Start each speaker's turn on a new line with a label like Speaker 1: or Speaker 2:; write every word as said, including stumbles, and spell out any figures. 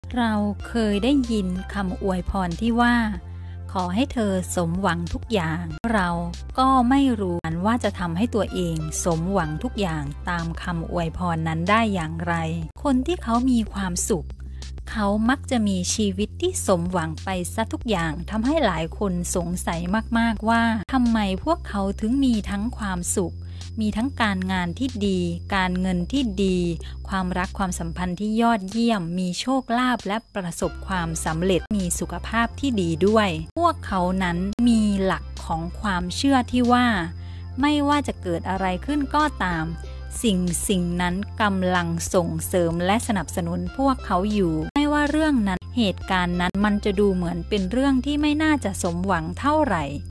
Speaker 1: เราเคยได้ยินคำอวยพรที่ว่าขอให้เธอสมหวังทุกอย่างเราก็ไม่รู้ว่าจะทำให้ตัวเองสมหวังทุกอย่างตามคำอวยพรนั้นได้อย่างไรคนที่เขามีความสุขเขามักจะมีชีวิตที่สมหวังไปซะทุกอย่างทำให้หลายคนสงสัยมากๆว่าทำไมพวกเขาถึงมีทั้งความสุขมีทั้งการงานที่ดีการเงินที่ดีความรักความสัมพันธ์ที่ยอดเยี่ยมมีโชคลาภและประสบความสำเร็จมีสุขภาพที่ดีด้วยพวกเขานั้นมีหลักของความเชื่อที่ว่าไม่ว่าจะเกิดอะไรขึ้นก็ตามสิ่งสิ่งนั้นกำลังส่งเสริมและสนับสนุนพวกเขาอยู่ไม่ว่าเรื่องนั้นเหตุการณ์นั้นมันจะดูเหมือนเป็นเรื่องที่ไม่น่าจะสมหวังเท่าไหร่